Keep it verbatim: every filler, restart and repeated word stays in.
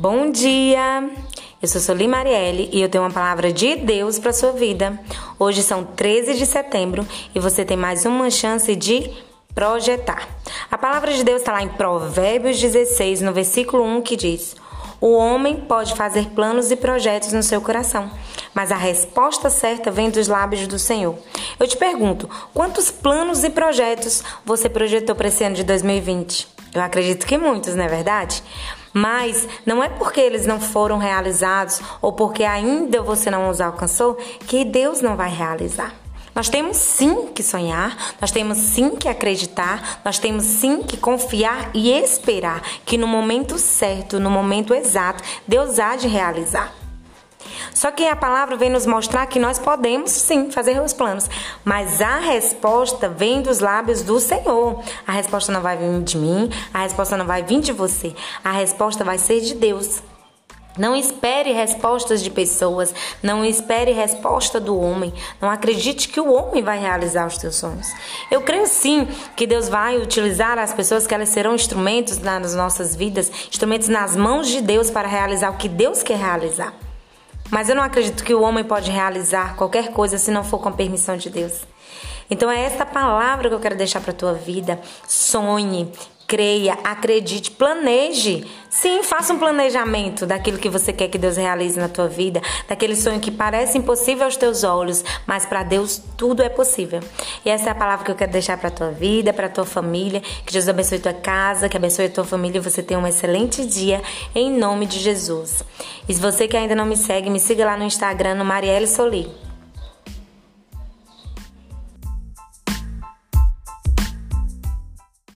Bom dia! Eu sou Soli Marielle e eu tenho uma palavra de Deus para sua vida. Hoje são treze de setembro e você tem mais uma chance de projetar. A palavra de Deus está lá em Provérbios dezesseis, no versículo um, que diz: o homem pode fazer planos e projetos no seu coração, mas a resposta certa vem dos lábios do Senhor. Eu te pergunto, quantos planos e projetos você projetou para esse ano de dois mil e vinte? Eu acredito que muitos, não é verdade? Mas não é porque eles não foram realizados ou porque ainda você não os alcançou que Deus não vai realizar. Nós temos sim que sonhar, nós temos sim que acreditar, nós temos sim que confiar e esperar que no momento certo, no momento exato, Deus há de realizar. Só que a palavra vem nos mostrar que nós podemos sim fazer os planos, mas a resposta vem dos lábios do Senhor. A resposta não vai vir de mim, a resposta não vai vir de você, a resposta vai ser de Deus. Não espere respostas de pessoas, não espere resposta do homem, não acredite que o homem vai realizar os teus sonhos. Eu creio sim que Deus vai utilizar as pessoas, que elas serão instrumentos nas nossas vidas, instrumentos nas mãos de Deus para realizar o que Deus quer realizar. Mas eu não acredito que o homem pode realizar qualquer coisa se não for com a permissão de Deus. Então é essa palavra que eu quero deixar para a tua vida. Sonhe, creia, acredite, planeje. Sim, faça um planejamento daquilo que você quer que Deus realize na tua vida, daquele sonho que parece impossível aos teus olhos, mas para Deus tudo é possível. E essa é a palavra que eu quero deixar para a tua vida, para a tua família. Que Deus abençoe a tua casa, que abençoe a tua família e você tenha um excelente dia em nome de Jesus. E se você que ainda não me segue, me siga lá no Instagram, no Marielle Soli.